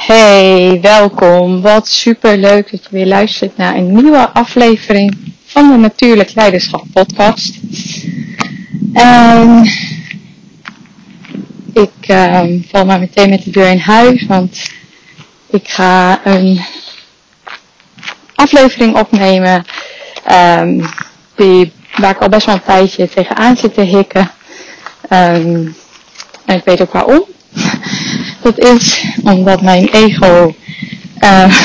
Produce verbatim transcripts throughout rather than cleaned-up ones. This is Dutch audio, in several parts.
Hey, welkom. Wat super leuk dat je weer luistert naar een nieuwe aflevering van de Natuurlijk Leiderschap podcast. En ik um, val maar meteen met de deur in huis, want ik ga een aflevering opnemen um, die, waar ik al best wel een tijdje tegenaan zit te hikken. Um, en ik weet ook waarom. Dat is omdat mijn ego uh,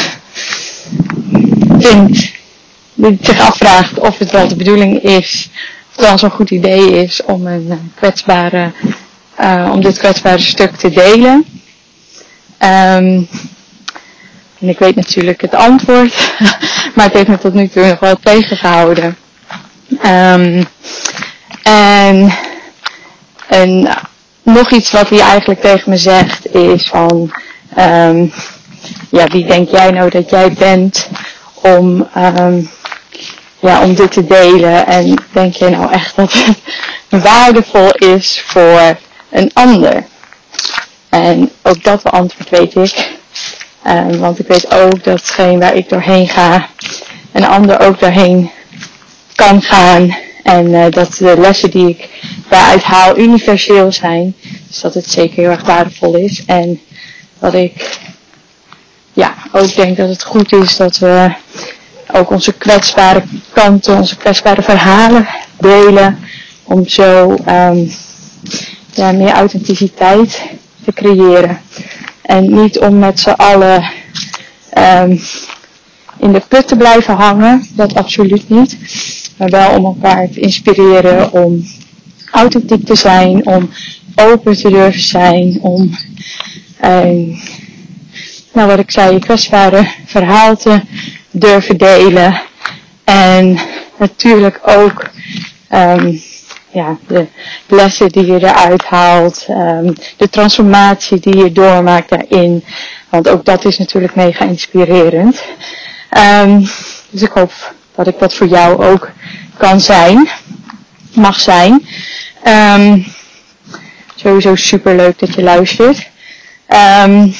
vindt, zich afvraagt of het wel de bedoeling is, of het wel zo'n goed idee is om een kwetsbare, uh, om dit kwetsbare stuk te delen. Um, en ik weet natuurlijk het antwoord, maar het heeft me tot nu toe nog wel tegengehouden. Um, en, en nog iets wat hij eigenlijk tegen me zegt is van, um, ja, wie denk jij nou dat jij bent om, um, ja, om dit te delen? En denk jij nou echt dat het waardevol is voor een ander? En ook dat antwoord weet ik. Um, want ik weet ook dat hetgeen waar ik doorheen ga, een ander ook doorheen kan gaan. En uh, dat de lessen die ik daaruit haal universeel zijn. Dus dat het zeker heel erg waardevol is. En dat ik ja, ook denk dat het goed is dat we ook onze kwetsbare kanten, onze kwetsbare verhalen delen. Om zo um, ja, meer authenticiteit te creëren. En niet om met z'n allen um, in de put te blijven hangen. Dat absoluut niet. Maar wel om elkaar te inspireren om authentiek te zijn, om open te durven zijn, om, um, nou wat ik zei, je kwetsbare verhaal te durven delen. En natuurlijk ook um, ja, de lessen die je eruit haalt, um, de transformatie die je doormaakt daarin. Want ook dat is natuurlijk mega inspirerend. Um, dus ik hoop dat ik dat voor jou ook kan zijn, mag zijn. Um, sowieso super leuk dat je luistert. Um,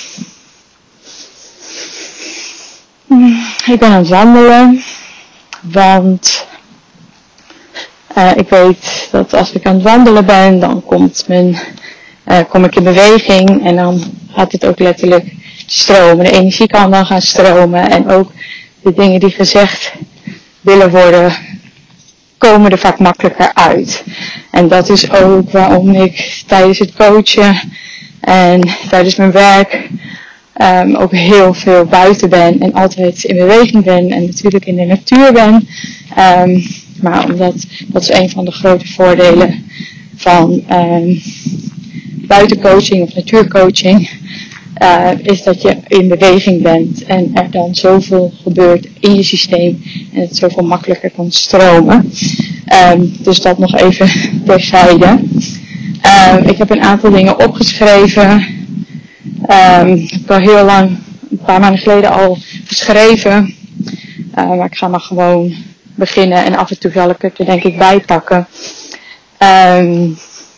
ik ben aan het wandelen, want uh, ik weet dat als ik aan het wandelen ben, dan komt mijn, uh, kom ik in beweging en dan gaat het ook letterlijk stromen. De energie kan dan gaan stromen en ook de dingen die gezegd willen worden, komen er vaak makkelijker uit. En dat is ook waarom ik tijdens het coachen en tijdens mijn werk um, ook heel veel buiten ben en altijd in beweging ben en natuurlijk in de natuur ben. Um, maar omdat, dat is een van de grote voordelen van um, buitencoaching of natuurcoaching. Uh, is dat je in beweging bent en er dan zoveel gebeurt in je systeem en het zoveel makkelijker kan stromen. Um, dus dat nog even terzijde. Um, ik heb een aantal dingen opgeschreven. Um, ik heb al heel lang, een paar maanden geleden al geschreven. Uh, maar ik ga maar gewoon beginnen en af en toe zal ik het er denk ik bij pakken. Um,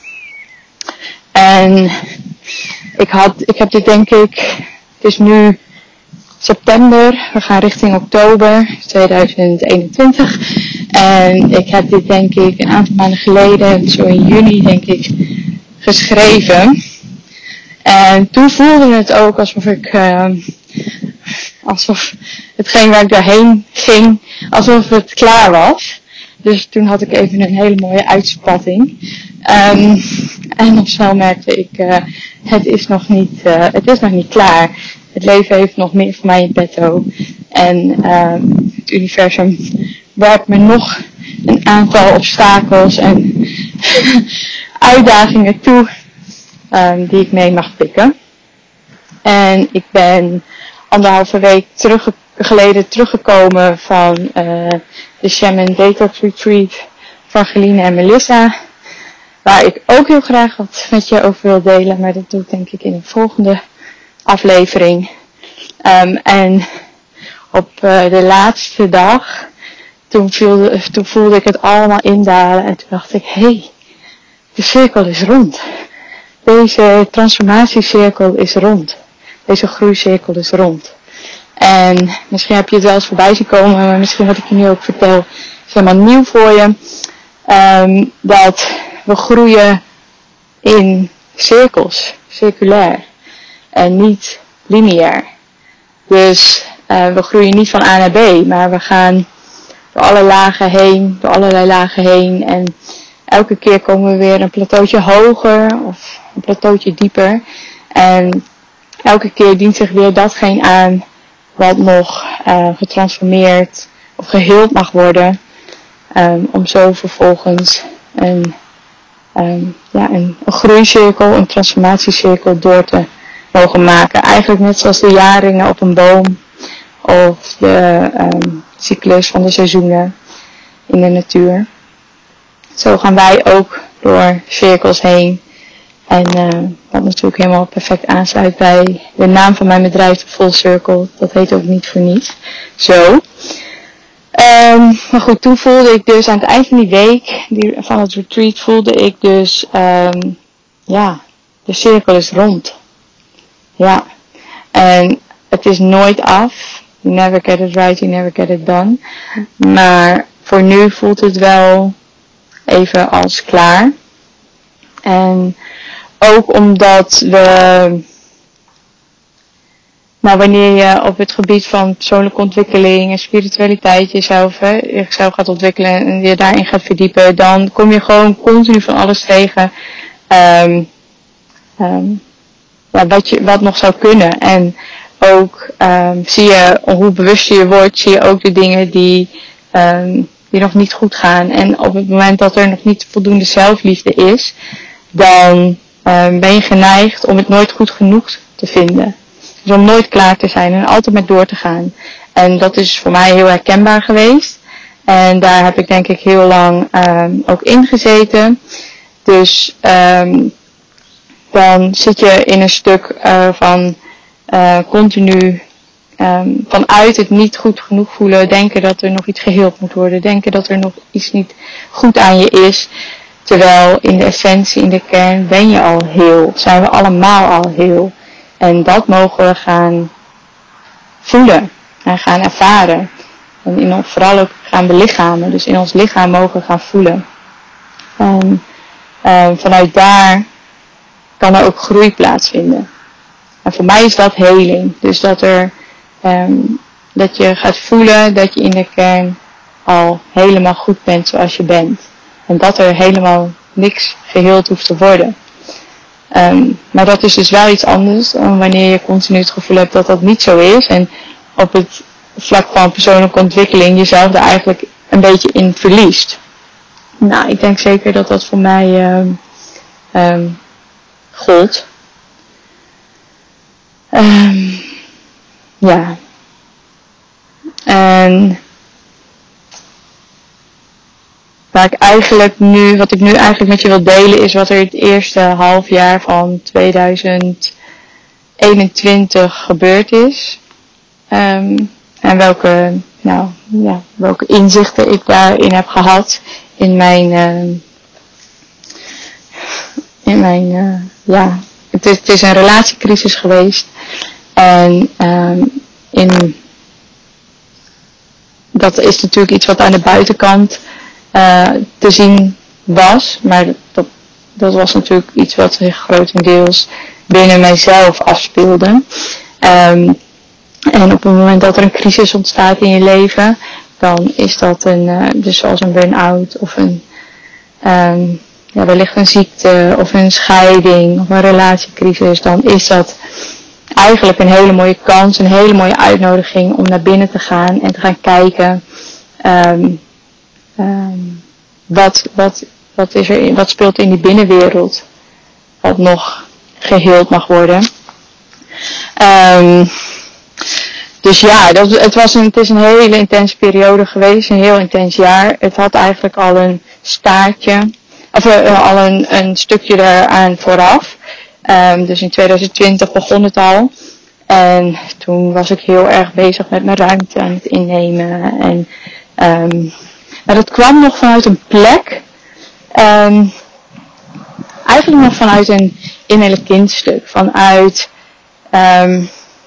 en ik had, ik heb dit denk ik, het is nu september, we gaan richting oktober tweeduizend eenentwintig. En ik heb dit denk ik een aantal maanden geleden, zo in juni denk ik, geschreven. En toen voelde het ook alsof ik, uh, alsof hetgeen waar ik doorheen ging, alsof het klaar was. Dus toen had ik even een hele mooie uitspatting. Um, en nog snel merkte ik, uh, het is nog niet, uh, het is nog niet klaar. Het leven heeft nog meer voor mij in petto. En uh, het universum werpt me nog een aantal obstakels en uitdagingen toe um, die ik mee mag pikken. En ik ben anderhalve week terug, geleden teruggekomen van uh, de Shaman Detox Retreat van Geline en Melissa. Waar ik ook heel graag wat met je over wil delen. Maar dat doe ik denk ik in een volgende aflevering. Um, en op uh, de laatste dag, toen, viel, toen voelde ik het allemaal indalen. En toen dacht ik, hé, hey, de cirkel is rond. Deze transformatiecirkel is rond. deze groeicirkel is rond. En misschien heb je het wel eens voorbij zien komen, maar misschien wat ik je nu ook vertel is helemaal nieuw voor je. Um, dat we groeien in cirkels, circulair en niet lineair. Dus uh, we groeien niet van A naar B, maar we gaan door alle lagen heen, door allerlei lagen heen. En elke keer komen we weer een plateautje hoger of een plateautje dieper. En elke keer dient zich weer datgene aan wat nog uh, getransformeerd of geheeld mag worden. Um, om zo vervolgens een, um, ja, een, een groeicirkel, een transformatiecirkel door te mogen maken. Eigenlijk net zoals de jaarringen op een boom of de um, cyclus van de seizoenen in de natuur. Zo gaan wij ook door cirkels heen. En uh, wat natuurlijk helemaal perfect aansluit bij de naam van mijn bedrijf, Full Circle. Dat heet ook niet voor niets. Zo. Um, maar goed, toen voelde ik dus aan het eind van die week die, van het retreat voelde ik dus, um, ja, de cirkel is rond. Ja. En het is nooit af. You never get it right, you never get it done. Maar voor nu voelt het wel even als klaar. En ook omdat we, nou wanneer je op het gebied van persoonlijke ontwikkeling en spiritualiteit jezelf, hè, jezelf gaat ontwikkelen en je daarin gaat verdiepen, dan kom je gewoon continu van alles tegen um, um, ja, wat, je, wat nog zou kunnen. En ook um, zie je, hoe bewuster je wordt, zie je ook de dingen die, um, die nog niet goed gaan. En op het moment dat er nog niet voldoende zelfliefde is, dan um, ben je geneigd om het nooit goed genoeg te vinden. Dus om nooit klaar te zijn en altijd met door te gaan. En dat is voor mij heel herkenbaar geweest. En daar heb ik denk ik heel lang um, ook in gezeten. Dus um, dan zit je in een stuk uh, van uh, continu um, vanuit het niet goed genoeg voelen, denken dat er nog iets geheeld moet worden, denken dat er nog iets niet goed aan je is. Terwijl in de essentie, in de kern, ben je al heel, zijn we allemaal al heel. En dat mogen we gaan voelen en gaan ervaren. En in, vooral ook gaan belichamen. Dus in ons lichaam mogen we gaan voelen. En uh, vanuit daar kan er ook groei plaatsvinden. En voor mij is dat heling. Dus dat, er, um, dat je gaat voelen dat je in de kern al helemaal goed bent zoals je bent. En dat er helemaal niks geheeld hoeft te worden. Um, maar dat is dus wel iets anders dan wanneer je continu het gevoel hebt dat dat niet zo is. En op het vlak van persoonlijke ontwikkeling jezelf er eigenlijk een beetje in verliest. Nou, ik denk zeker dat dat voor mij um, um, gold. Um, ja. En waar ik eigenlijk nu, wat ik nu eigenlijk met je wil delen is wat er het eerste half jaar van tweeduizend eenentwintig gebeurd is. Um, en welke, nou, ja, welke inzichten ik daarin heb gehad in mijn, uh, in mijn, uh, ja, het is, het is een relatiecrisis geweest. En um, in, dat is natuurlijk iets wat aan de buitenkant uh, te zien was, maar dat, dat was natuurlijk iets wat zich grotendeels binnen mijzelf afspeelde. Um, en op het moment dat er een crisis ontstaat in je leven, dan is dat een, uh, dus zoals een burn-out of een, um, ja, wellicht een ziekte of een scheiding of een relatiecrisis, dan is dat eigenlijk een hele mooie kans, een hele mooie uitnodiging om naar binnen te gaan en te gaan kijken um, um, wat, wat, wat, is er, wat speelt in die binnenwereld wat nog geheeld mag worden. Um, dus ja, dat, het, was een, het is een hele intense periode geweest, een heel intens jaar. Het had eigenlijk al een staartje, of uh, al een, een stukje eraan vooraf. Um, dus in tweeduizend twintig begon het al. En toen was ik heel erg bezig met mijn ruimte aan het innemen. En um, maar dat kwam nog vanuit een plek. Um, eigenlijk nog vanuit een innerlijk kindstuk. Vanuit Um,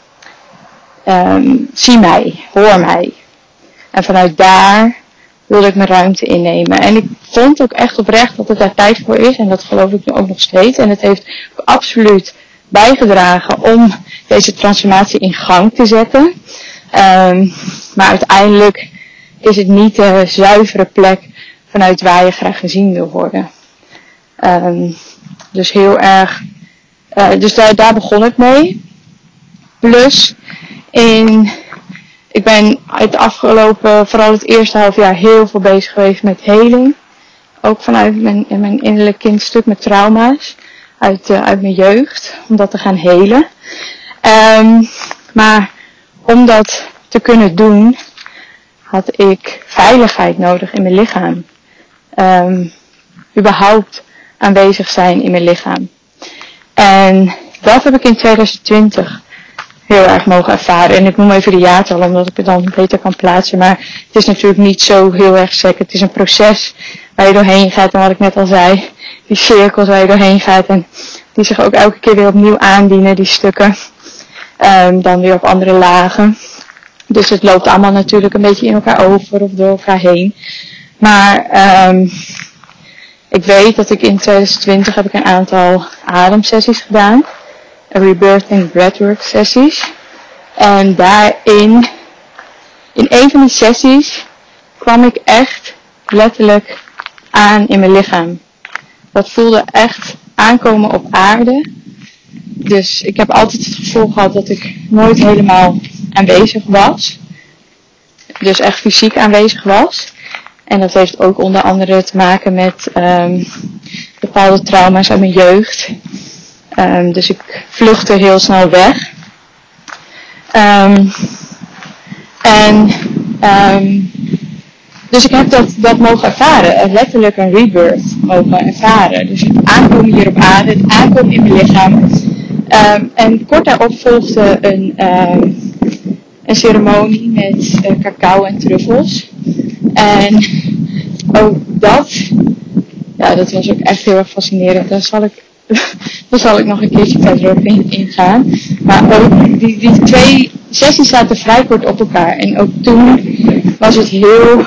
um, zie mij, hoor mij. En vanuit daar wilde ik mijn ruimte innemen. En ik vond ook echt oprecht dat het daar tijd voor is. En dat geloof ik nu ook nog steeds. En het heeft ook absoluut bijgedragen om deze transformatie in gang te zetten. Um, maar uiteindelijk is het niet de zuivere plek vanuit waar je graag gezien wil worden. Um, dus heel erg... Uh, dus daar, daar begon het mee. Plus, in... Ik ben het afgelopen, vooral het eerste half jaar, heel veel bezig geweest met heling. Ook vanuit mijn, mijn innerlijk kindstuk, met trauma's uit, uh, uit mijn jeugd. Om dat te gaan helen. Um, maar om dat te kunnen doen, had ik veiligheid nodig in mijn lichaam. Um, überhaupt aanwezig zijn in mijn lichaam. En dat heb ik in twintig twintig heel erg mogen ervaren. En ik noem even de jaartallen, omdat ik het dan beter kan plaatsen. Maar het is natuurlijk niet zo heel erg sec. Het is een proces waar je doorheen gaat. En wat ik net al zei, die cirkels waar je doorheen gaat. En die zich ook elke keer weer opnieuw aandienen, die stukken. Um, dan weer op andere lagen. Dus het loopt allemaal natuurlijk een beetje in elkaar over of door elkaar heen. Maar um, ik weet dat ik in twintig twintig heb ik een aantal ademsessies gedaan. Rebirthing breathwork sessies. En daarin, in een van die sessies, kwam ik echt letterlijk aan in mijn lichaam. Dat voelde echt aankomen op aarde. Dus ik heb altijd het gevoel gehad dat ik nooit helemaal aanwezig was. Dus echt fysiek aanwezig was. En dat heeft ook onder andere te maken met um, bepaalde trauma's uit mijn jeugd. Um, dus ik vluchtte heel snel weg. Um, en um, dus ik heb dat, dat mogen ervaren. Letterlijk een rebirth mogen ervaren. Dus het aankomen hier op aarde, het aankomen in mijn lichaam. Um, en kort daarop volgde een, um, een ceremonie met uh, cacao en truffels. En ook dat, ja, dat was ook echt heel erg fascinerend. Daar zal ik, daar zal ik nog een keertje verder op in, ingaan. Maar ook die, die twee sessies zaten vrij kort op elkaar. En ook toen was het heel,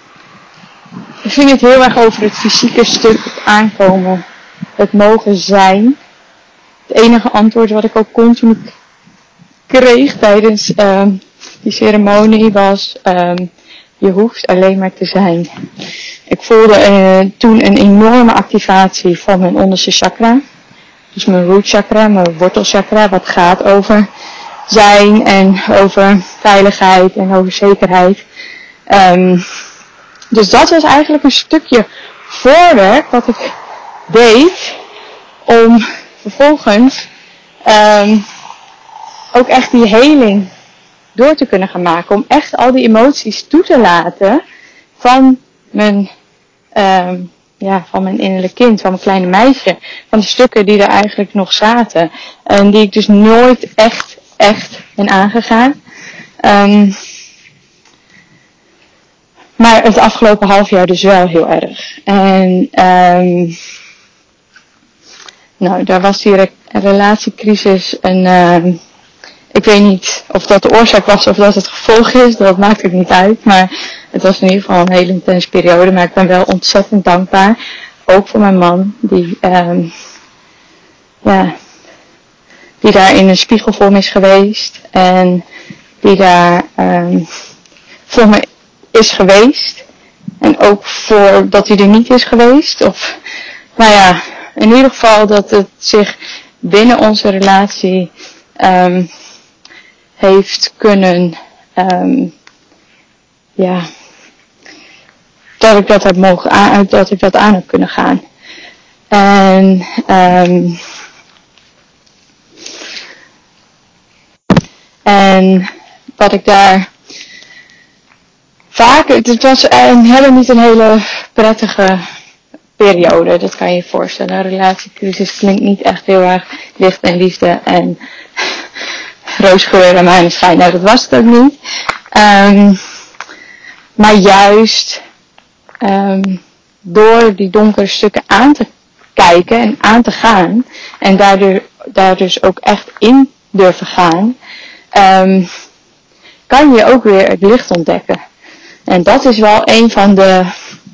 ging het heel erg over het fysieke stuk, het aankomen, het mogen zijn. Het enige antwoord wat ik ook continu kreeg tijdens uh, die ceremonie was, um, je hoeft alleen maar te zijn. Ik voelde uh, toen een enorme activatie van mijn onderste chakra. Dus mijn root chakra, mijn wortelchakra, wat gaat over zijn en over veiligheid en over zekerheid. Um, dus dat was eigenlijk een stukje voorwerk wat ik deed om vervolgens um, ook echt die heling door te kunnen gaan maken. Om echt al die emoties toe te laten van mijn, um, ja, van mijn innerlijk kind, van mijn kleine meisje. Van de stukken die er eigenlijk nog zaten. En die ik dus nooit echt, echt ben aangegaan. Um, maar het afgelopen half jaar dus wel heel erg. En um, nou, daar was die re- relatiecrisis een... Uh, ik weet niet of dat de oorzaak was of dat het gevolg is. Dat maakt het niet uit. Maar het was in ieder geval een hele intense periode. Maar ik ben wel ontzettend dankbaar. Ook voor mijn man. Die, um, ja, die daar in een spiegel voor me is geweest. En die daar um, voor me is geweest. En ook voor dat hij er niet is geweest. Of, nou ja, in ieder geval dat het zich binnen onze relatie um, heeft kunnen, um, ja, dat ik dat heb mogen aan, dat ik dat aan heb kunnen gaan. En, um, en wat ik daar vaak, het was een, helemaal niet een hele prettige periode, dat kan je je voorstellen. Een relatiecrisis klinkt niet echt heel erg licht en liefde en roosgeur en maneschijn. Nou, dat was het ook niet. Um, maar juist um, door die donkere stukken aan te kijken en aan te gaan en daardoor, daar dus ook echt in durven gaan, um, kan je ook weer het licht ontdekken. En dat is wel een van de,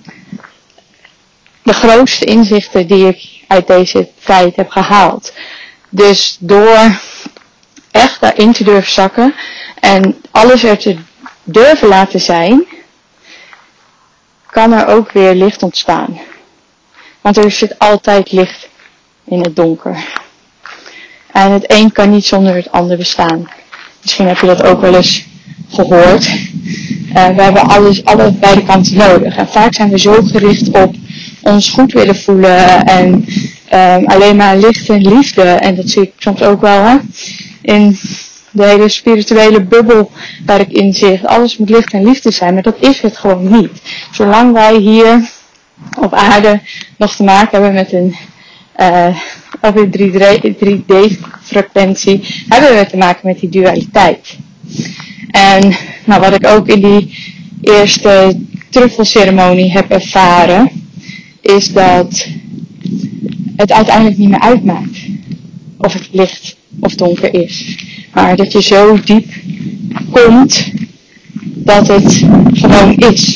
de grootste inzichten die ik uit deze tijd heb gehaald. Dus door echt daarin te durven zakken en alles er te durven laten zijn, kan er ook weer licht ontstaan. Want er zit altijd licht in het donker. En het een kan niet zonder het ander bestaan. Misschien heb je dat ook wel eens gehoord. Uh, we hebben alles, alle beide kanten nodig. En vaak zijn we zo gericht op ons goed willen voelen en um, alleen maar licht en liefde. En dat zie ik soms ook wel, hè, in de hele spirituele bubbel waar ik in zit. Alles moet licht en liefde zijn, maar dat is het gewoon niet. Zolang wij hier op aarde nog te maken hebben met een uh, op een drie D frequentie, hebben we te maken met die dualiteit. En nou, wat ik ook in die eerste truffelceremonie heb ervaren, is dat het uiteindelijk niet meer uitmaakt of het licht of donker is. Maar dat je zo diep komt dat het gewoon is.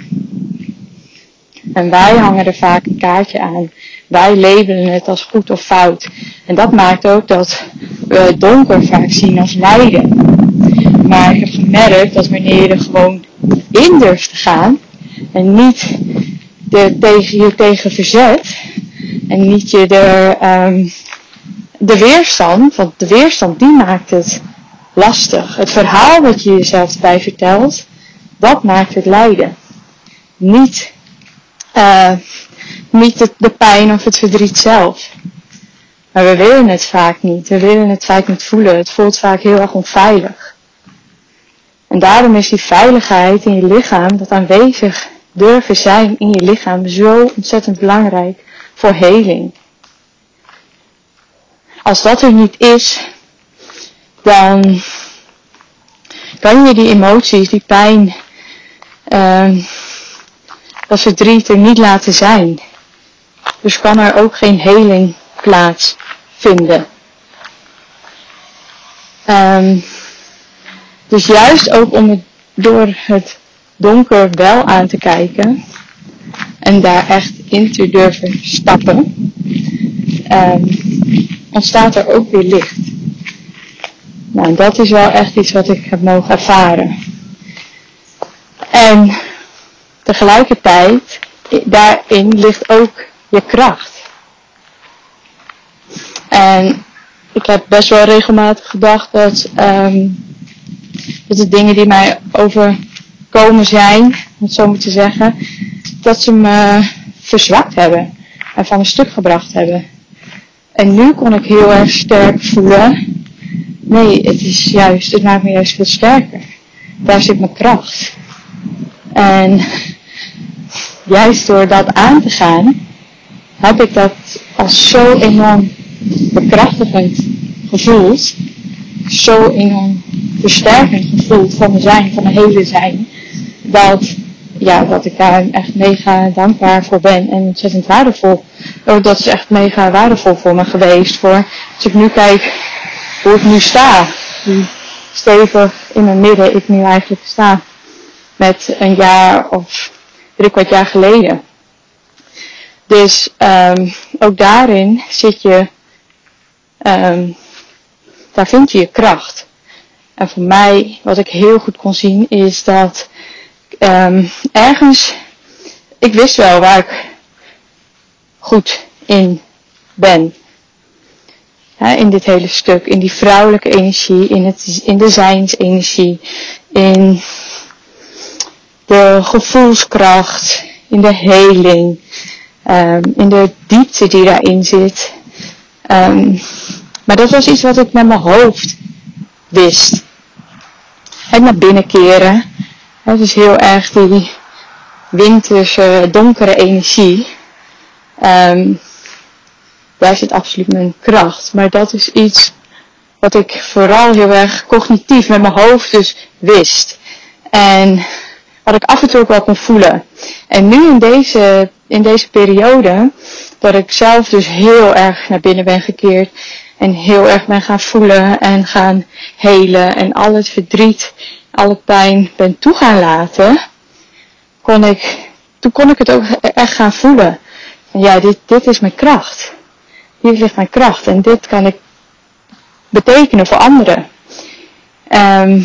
En wij hangen er vaak een kaartje aan. Wij labelen het als goed of fout. En dat maakt ook dat we het donker vaak zien als lijden. Maar ik heb gemerkt dat wanneer je er gewoon in durft te gaan en niet de, tegen, je tegen verzet en niet je er um, de weerstand, want de weerstand die maakt het lastig. Het verhaal wat je jezelf erbij vertelt, dat maakt het lijden. Niet, uh, niet de, de pijn of het verdriet zelf. Maar we willen het vaak niet. We willen het vaak niet voelen. Het voelt vaak heel erg onveilig. En daarom is die veiligheid in je lichaam, dat aanwezig durven zijn in je lichaam, zo ontzettend belangrijk voor heling. Als dat er niet is, dan kan je die emoties, die pijn, uh, dat verdriet er niet laten zijn. Dus kan er ook geen heling plaatsvinden. Um, dus juist ook om het door het donker wel aan te kijken en daar echt in te durven stappen, um, ontstaat er ook weer licht. Nou, dat is wel echt iets wat ik heb mogen ervaren. En tegelijkertijd, daarin ligt ook je kracht. En ik heb best wel regelmatig gedacht dat, um, dat de dingen die mij overkomen zijn, om het zo maar te zeggen, dat ze me verzwakt hebben en van een stuk gebracht hebben. En nu kon ik heel erg sterk voelen, nee, het is juist, het maakt me juist veel sterker. Daar zit mijn kracht. En juist door dat aan te gaan, heb ik dat als zo enorm bekrachtigend gevoeld. Zo enorm versterkend gevoeld van mijn zijn, van mijn hele zijn. Dat, ja, dat ik daar echt mega dankbaar voor ben en ontzettend waardevol. Ook dat is echt mega waardevol voor me geweest. Voor, als ik nu kijk hoe ik nu sta. Hoe stevig in mijn midden ik nu eigenlijk sta. Met een jaar of drie kwart jaar geleden. Dus um, ook daarin zit je, um, daar vind je je kracht. En voor mij, wat ik heel goed kon zien, is dat um, ergens, ik wist wel waar ik goed in ben. He, in dit hele stuk, in die vrouwelijke energie, in, het, in de zijnsenergie, in de gevoelskracht, in de heling, um, in de diepte die daarin zit. Um, maar dat was iets wat ik met mijn hoofd wist. Het naar binnen keren. Het is heel erg die winterse, donkere energie. Um, daar zit absoluut mijn kracht. Maar dat is iets wat ik vooral heel erg cognitief met mijn hoofd dus wist. En wat ik af en toe ook wel kon voelen. En nu in deze, in deze periode, dat ik zelf dus heel erg naar binnen ben gekeerd. En heel erg ben gaan voelen en gaan helen. En al het verdriet, alle pijn ben toe gaan laten. Kon ik, toen kon ik het ook echt gaan voelen. En ja, dit, dit is mijn kracht. Hier ligt mijn kracht. En dit kan ik betekenen voor anderen. Um,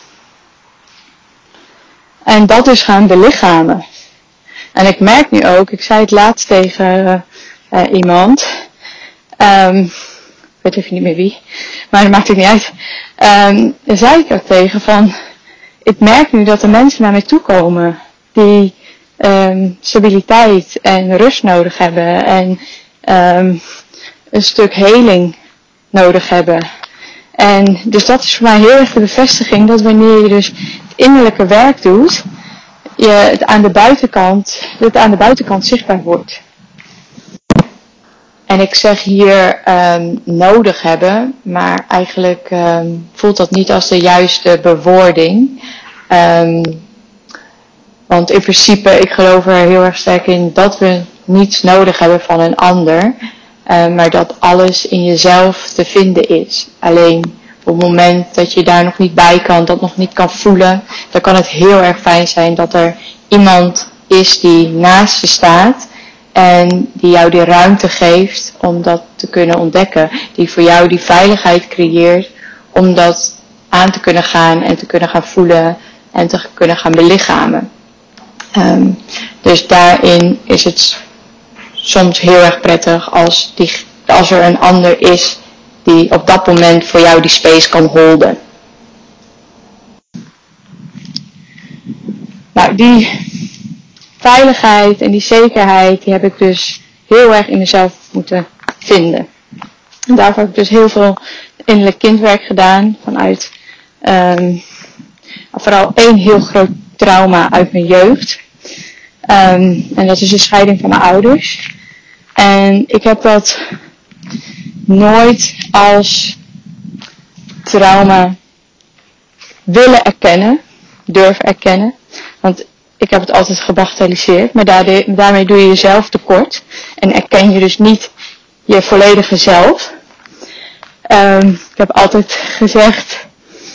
en dat dus gaan belichamen. En ik merk nu ook, ik zei het laatst tegen uh, uh, iemand. Um, ik weet even niet meer wie. Maar dat maakt het niet uit. Um, daar zei ik ook tegen van, ik merk nu dat er mensen naar mij toe komen. Die um, stabiliteit en rust nodig hebben. En um, een stuk heling nodig hebben. En dus dat is voor mij heel erg de bevestiging dat wanneer je dus het innerlijke werk doet, je het aan de buitenkant, dat het aan de buitenkant zichtbaar wordt. En ik zeg hier um, nodig hebben, maar eigenlijk um, voelt dat niet als de juiste bewoording. Um, want in principe, ik geloof er heel erg sterk in dat we niets nodig hebben van een ander. Uh, maar dat alles in jezelf te vinden is. Alleen op het moment dat je daar nog niet bij kan, dat nog niet kan voelen, dan kan het heel erg fijn zijn dat er iemand is die naast je staat en die jou die ruimte geeft om dat te kunnen ontdekken. Die voor jou die veiligheid creëert om dat aan te kunnen gaan en te kunnen gaan voelen en te kunnen gaan belichamen. Um, dus daarin is het soms heel erg prettig als, die, als er een ander is die op dat moment voor jou die space kan holden. Nou, die veiligheid en die zekerheid, die heb ik dus heel erg in mezelf moeten vinden. En daarvoor heb ik dus heel veel innerlijk kindwerk gedaan vanuit um, vooral één heel groot trauma uit mijn jeugd. Um, en dat is de scheiding van mijn ouders. En ik heb dat nooit als trauma willen erkennen, durven erkennen. Want ik heb het altijd gebagatelliseerd, maar daarmee doe je jezelf tekort. En erken je dus niet je volledige zelf. Um, ik heb altijd gezegd,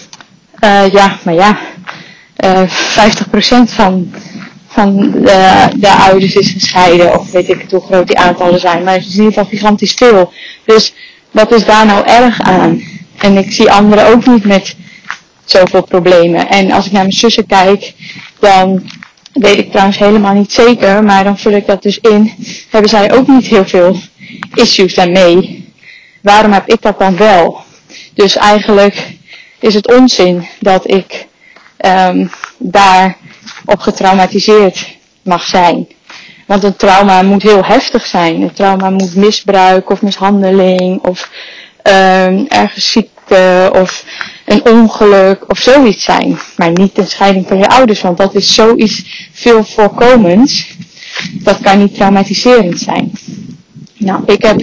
uh, ja, maar ja, uh, vijftig procent van, van de, de ouders is gescheiden. Of weet ik het hoe groot die aantallen zijn. Maar het is in ieder geval gigantisch veel. Dus wat is daar nou erg aan? En ik zie anderen ook niet met zoveel problemen. En als ik naar mijn zussen kijk, dan weet ik trouwens helemaal niet zeker, maar dan vul ik dat dus in. Hebben zij ook niet heel veel issues daarmee? Waarom heb ik dat dan wel? Dus eigenlijk is het onzin dat ik um, daar op getraumatiseerd mag zijn. Want een trauma moet heel heftig zijn. Een trauma moet misbruik of mishandeling of um, ergens ziekte of een ongeluk of zoiets zijn. Maar niet een scheiding van je ouders, want dat is zoiets veel voorkomends. Dat kan niet traumatiserend zijn. Nou, ik heb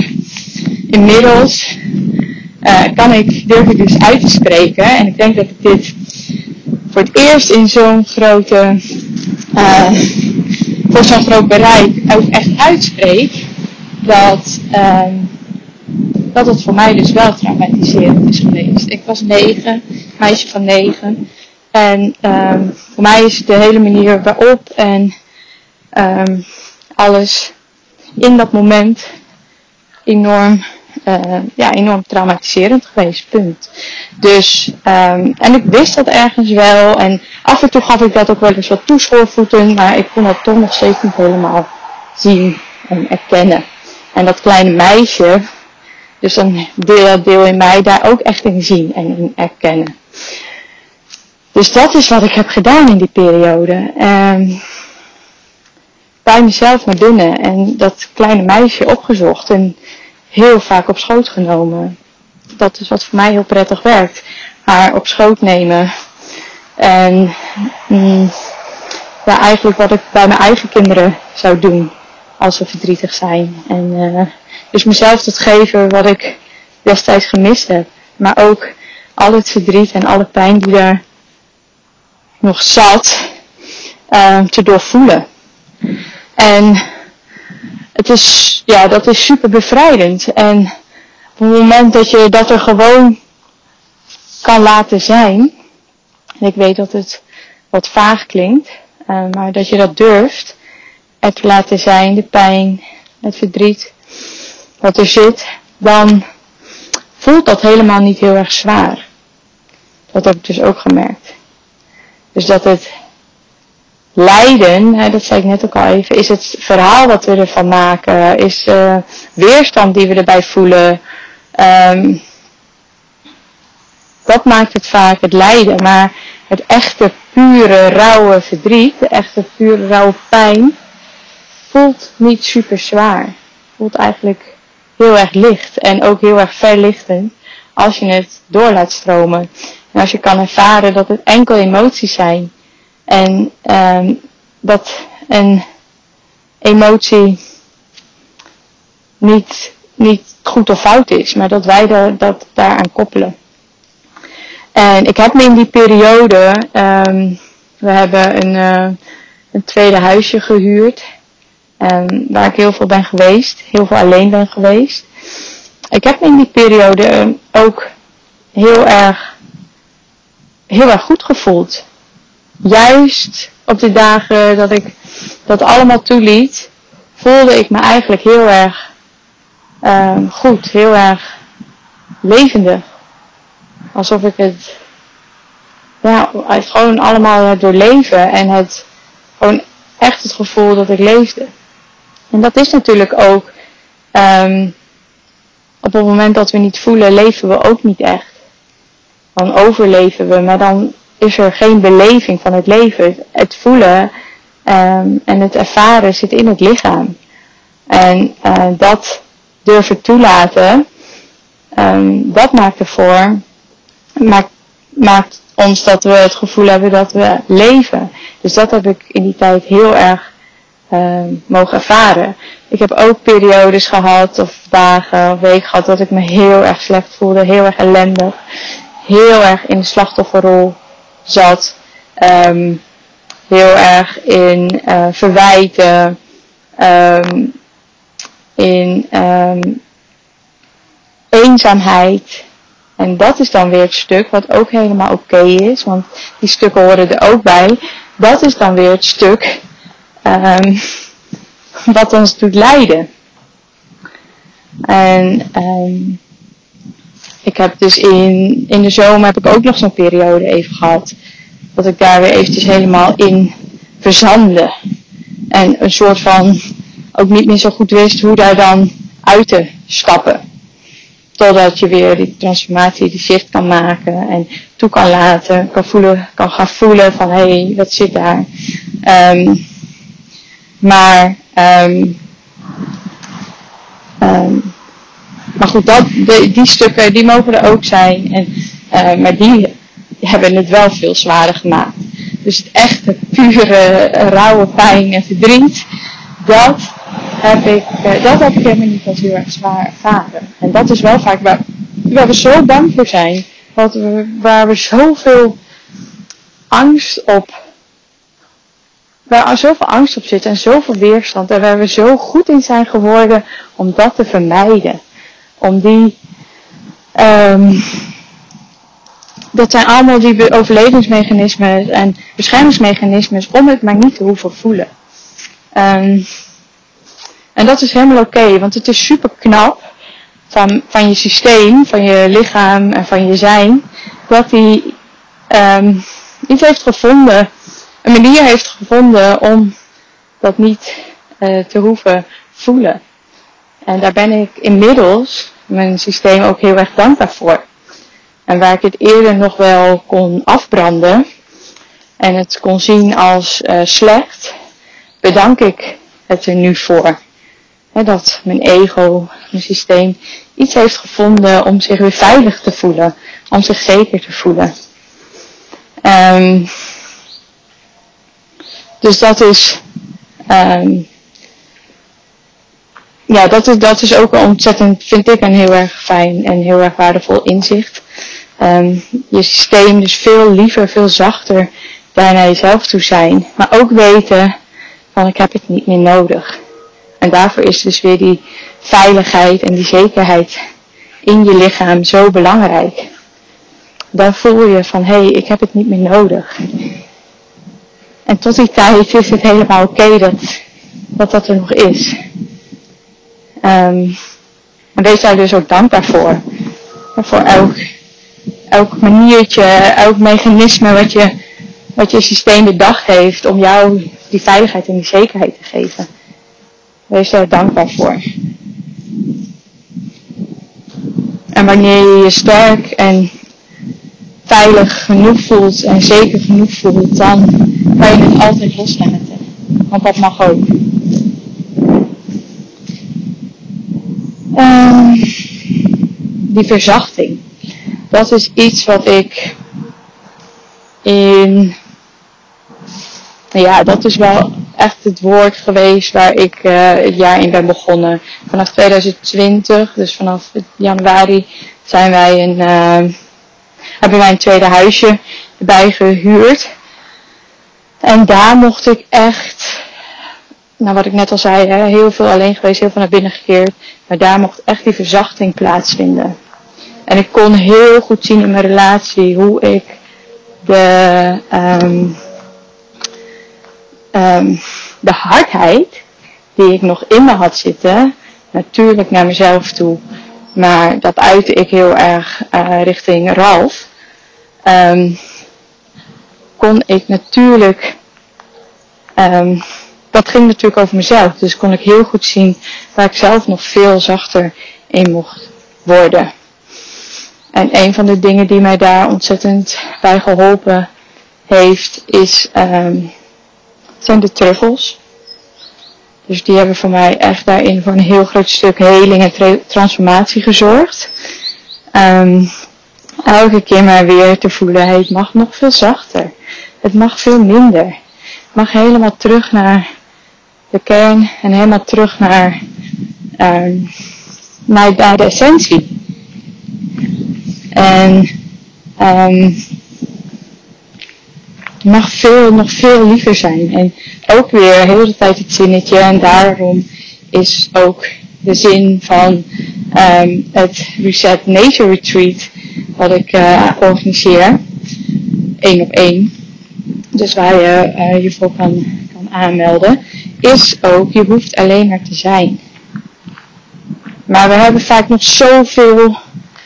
inmiddels, uh, kan ik, durf ik dus uit te spreken. En ik denk dat ik dit voor het eerst in zo'n grote, uh, voor zo'n groot bereik ook echt uitspreek. Dat, uh, dat het voor mij dus wel traumatiserend is geweest. Ik was negen, meisje van negen. En um, voor mij is de hele manier waarop en um, alles in dat moment enorm, uh, ja, enorm traumatiserend geweest, punt. Dus, um, en ik wist dat ergens wel en af en toe gaf ik dat ook wel eens wat toeschoorvoeten, maar ik kon dat toch nog steeds niet helemaal zien en erkennen. En dat kleine meisje, dus dan deel, deel in mij daar ook echt in zien en in erkennen. Dus dat is wat ik heb gedaan in die periode. Um, bij mezelf naar binnen en dat kleine meisje opgezocht en heel vaak op schoot genomen. Dat is wat voor mij heel prettig werkt. Haar op schoot nemen. En mm, ja, eigenlijk wat ik bij mijn eigen kinderen zou doen als ze verdrietig zijn. En uh, dus mezelf dat geven wat ik destijds gemist heb. Maar ook al het verdriet en alle pijn die daar nog zat, uh, te doorvoelen. En het is, ja, dat is super bevrijdend. En Op het moment dat je dat er gewoon kan laten zijn. En ik weet dat het wat vaag klinkt. Uh, maar dat je dat durft. Het te laten zijn, de pijn, het verdriet. Wat er zit. Dan voelt dat helemaal niet heel erg zwaar. Dat heb ik dus ook gemerkt. Dus dat het lijden, hè, dat zei ik net ook al even, is het verhaal wat we ervan maken. Is uh, weerstand die we erbij voelen. Um, dat maakt het vaak het lijden. Maar het echte, pure, rauwe verdriet, de echte, pure, rauwe pijn, voelt niet super zwaar. Voelt eigenlijk heel erg licht. En ook heel erg verlichtend als je het door laat stromen. En als je kan ervaren dat het enkel emoties zijn. En um, dat een emotie niet, niet goed of fout is. Maar dat wij de, dat daaraan koppelen. En ik heb me in die periode, um, we hebben een, uh, een tweede huisje gehuurd. Um, waar ik heel veel ben geweest. Heel veel alleen ben geweest. Ik heb me in die periode ook heel erg, heel erg goed gevoeld. Juist op de dagen dat ik dat allemaal toeliet, voelde ik me eigenlijk heel erg um, goed. Heel erg levendig. Alsof ik het, ja, het gewoon allemaal doorleven. En het, gewoon echt het gevoel dat ik leefde. En dat is natuurlijk ook, um, op het moment dat we niet voelen, leven we ook niet echt. Dan overleven we, maar dan is er geen beleving van het leven. Het voelen um, en het ervaren zit in het lichaam. En uh, dat durven toelaten, um, dat maakt ervoor, maakt, maakt ons dat we het gevoel hebben dat we leven. Dus dat heb ik in die tijd heel erg uh, mogen ervaren. Ik heb ook periodes gehad, of dagen, of weken gehad, dat ik me heel erg slecht voelde, heel erg ellendig. Heel erg in de slachtofferrol zat. Um, heel erg in uh, verwijten. Um, in um, eenzaamheid. En dat is dan weer het stuk wat ook helemaal oké okay is. Want die stukken horen er ook bij. Dat is dan weer het stuk um, wat ons doet lijden. En um, ik heb dus in, in de zomer heb ik ook nog zo'n periode even gehad. Dat ik daar weer eventjes helemaal in verzandde. En een soort van ook niet meer zo goed wist hoe daar dan uit te stappen. Totdat je weer die transformatie, die shift kan maken. En toe kan laten. Kan, voelen, kan gaan voelen van hé, hey, wat zit daar. Um, maar... Um, um, Maar goed, dat, de, die stukken, die mogen er ook zijn. En, uh, maar die hebben het wel veel zwaarder gemaakt. Dus het echte, pure, rauwe pijn en verdriet, dat heb ik, uh, dat heb ik helemaal niet als heel erg zwaar ervaren. En dat is wel vaak waar, waar we zo bang voor zijn. Wat we, waar we zoveel angst op, waar er zoveel angst op zit en zoveel weerstand. En waar we zo goed in zijn geworden om dat te vermijden. Om die, um, dat zijn allemaal die overlevingsmechanismen en beschermingsmechanismes om het maar niet te hoeven voelen. Um, en dat is helemaal oké, okay, want het is super knap van, van je systeem, van je lichaam en van je zijn, dat die um, iets heeft gevonden, een manier heeft gevonden om dat niet uh, te hoeven voelen. En daar ben ik inmiddels mijn systeem ook heel erg dankbaar voor. En waar ik het eerder nog wel kon afbranden en het kon zien als uh, slecht, bedank ik het er nu voor. He, dat mijn ego, mijn systeem, iets heeft gevonden om zich weer veilig te voelen, om zich zeker te voelen. Um, dus dat is... Um, Ja, dat is, dat is ook een ontzettend, vind ik, een heel erg fijn en heel erg waardevol inzicht. Um, je systeem dus veel liever, veel zachter daar naar jezelf toe zijn. Maar ook weten van ik heb het niet meer nodig. En daarvoor is dus weer die veiligheid en die zekerheid in je lichaam zo belangrijk. Dan voel je van, hé, hey, ik heb het niet meer nodig. En tot die tijd is het helemaal oké okay dat, dat dat er nog is. Um, en wees daar dus ook dankbaar voor. Voor elk, elk maniertje, elk mechanisme wat je, wat je systeem bedacht heeft om jou die veiligheid en die zekerheid te geven. Wees daar dankbaar voor. En wanneer je je sterk en veilig genoeg voelt en zeker genoeg voelt, dan kan je het altijd loslaten. Want dat mag ook. Um, die verzachting. Dat is iets wat ik in... Ja, dat is wel echt het woord geweest waar ik uh, het jaar in ben begonnen. Vanaf twintig twintig, dus vanaf januari, zijn wij een, uh, hebben wij een tweede huisje erbij gehuurd. En daar mocht ik echt, nou wat ik net al zei, hè, heel veel alleen geweest, heel veel naar binnen gekeerd. Maar daar mocht echt die verzachting plaatsvinden. En ik kon heel goed zien in mijn relatie hoe ik de... Um, Um, de hardheid die ik nog in me had zitten, natuurlijk naar mezelf toe, maar dat uitte ik heel erg uh, richting Ralf, um, kon ik natuurlijk, um, dat ging natuurlijk over mezelf, dus kon ik heel goed zien waar ik zelf nog veel zachter in mocht worden. En een van de dingen die mij daar ontzettend bij geholpen heeft, is... Um, zijn de truffels. Dus die hebben voor mij echt daarin voor een heel groot stuk heling en tra- transformatie gezorgd. Um, elke keer maar weer te voelen, hey, het mag nog veel zachter. Het mag veel minder. Het mag helemaal terug naar de kern en helemaal terug naar, um, naar, naar de essentie. En um, het mag veel, nog veel liever zijn. En ook weer heel de tijd het zinnetje. En daarom is ook de zin van um, het Reset Nature Retreat wat ik uh, organiseer. Één op één. Dus waar je uh, je voor kan, kan aanmelden. Is ook, je hoeft alleen maar te zijn. Maar we hebben vaak nog zoveel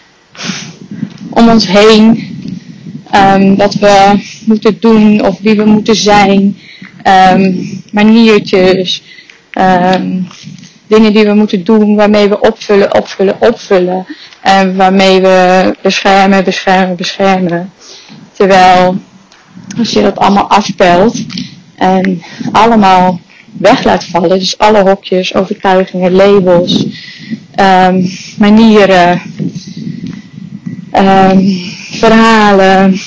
om ons heen. Um, wat we moeten doen of wie we moeten zijn. Um, maniertjes. Um, dingen die we moeten doen waarmee we opvullen, opvullen, opvullen. En waarmee we beschermen, beschermen, beschermen. Terwijl als je dat allemaal afpelt en allemaal weg laat vallen. Dus alle hokjes, overtuigingen, labels, um, manieren, um, verhalen.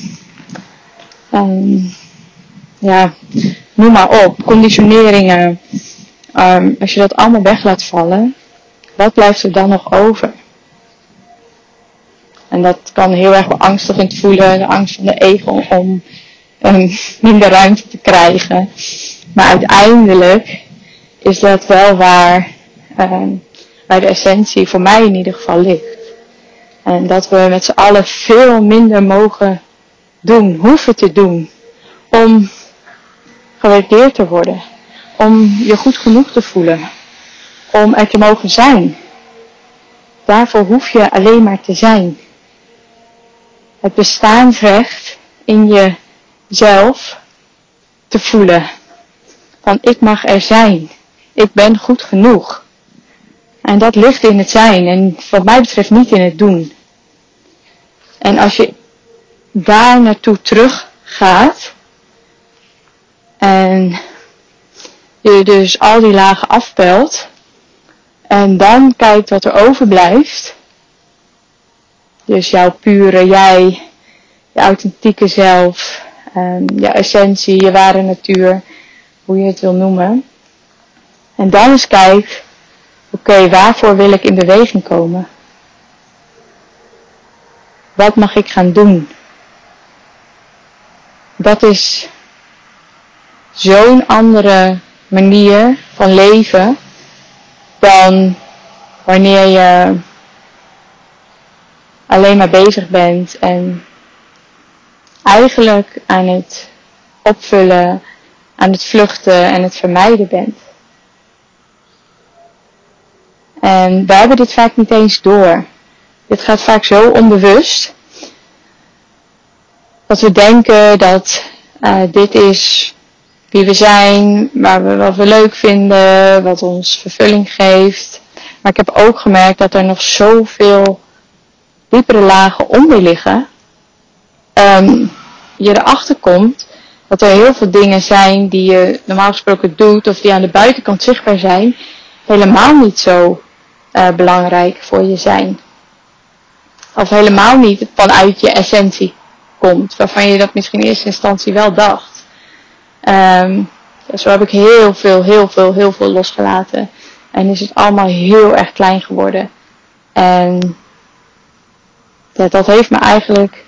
Um, ja, noem maar op, conditioneringen. Um, als je dat allemaal weg laat vallen, wat blijft er dan nog over? En dat kan heel erg beangstigend voelen, de angst van de ego om um, minder ruimte te krijgen. Maar uiteindelijk is dat wel waar, um, waar de essentie voor mij in ieder geval ligt. En dat we met z'n allen veel minder mogen doen, hoeven te doen, om gewaardeerd te worden. Om je goed genoeg te voelen. Om er te mogen zijn. Daarvoor hoef je alleen maar te zijn. Het bestaansrecht in jezelf te voelen. Van ik mag er zijn. Ik ben goed genoeg. En dat ligt in het zijn. En wat mij betreft niet in het doen. En als je daar naartoe terug gaat. En je dus al die lagen afpelt. En dan kijkt wat er overblijft. Dus jouw pure jij. Je authentieke zelf. Um, je essentie. Je ware natuur. Hoe je het wil noemen. En dan eens kijkt. Oké, okay, waarvoor wil ik in beweging komen? Wat mag ik gaan doen? Dat is zo'n andere manier van leven dan wanneer je alleen maar bezig bent en eigenlijk aan het opvullen, aan het vluchten en het vermijden bent. En we hebben dit vaak niet eens door. Dit gaat vaak zo onbewust, dat we denken dat uh, dit is wie we zijn, waar we, wat we leuk vinden, wat ons vervulling geeft. Maar ik heb ook gemerkt dat er nog zoveel diepere lagen onder liggen. Um, je erachter komt dat er heel veel dingen zijn die je normaal gesproken doet of die aan de buitenkant zichtbaar zijn, helemaal niet zo uh, belangrijk voor je zijn. Of helemaal niet vanuit je essentie komt, waarvan je dat misschien in eerste instantie wel dacht. Um, ja, zo heb ik heel veel, heel veel, heel veel losgelaten. En is het allemaal heel erg klein geworden. En ja, dat heeft me eigenlijk,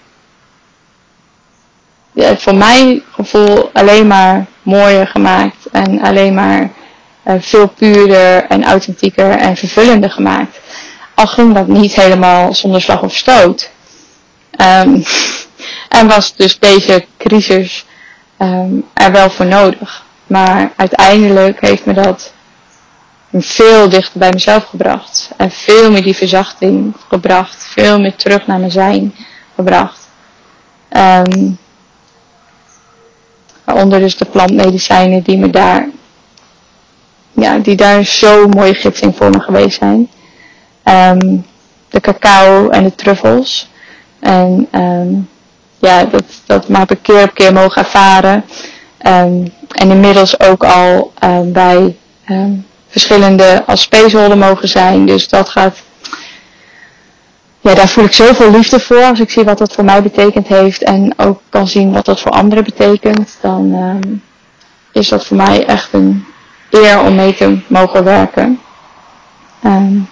ja, voor mijn gevoel alleen maar mooier gemaakt. En alleen maar uh, veel puurder en authentieker en vervullender gemaakt. Al ging dat niet helemaal zonder slag of stoot. Um, en was dus deze crisis um, er wel voor nodig. Maar uiteindelijk heeft me dat veel dichter bij mezelf gebracht. En veel meer die verzachting gebracht. Veel meer terug naar mijn zijn gebracht. Um, waaronder dus de plantmedicijnen die me daar, ja, die daar zo'n mooie gidsing voor me geweest zijn. Um, de cacao en de truffels. En um, ja, dat, dat heb ik keer op keer mogen ervaren. Um, en inmiddels ook al um, bij um, verschillende als speesholden mogen zijn. Dus dat gaat, ja, daar voel ik zoveel liefde voor. Als ik zie wat dat voor mij betekend heeft en ook kan zien wat dat voor anderen betekent, dan um, is dat voor mij echt een eer om mee te mogen werken. Um,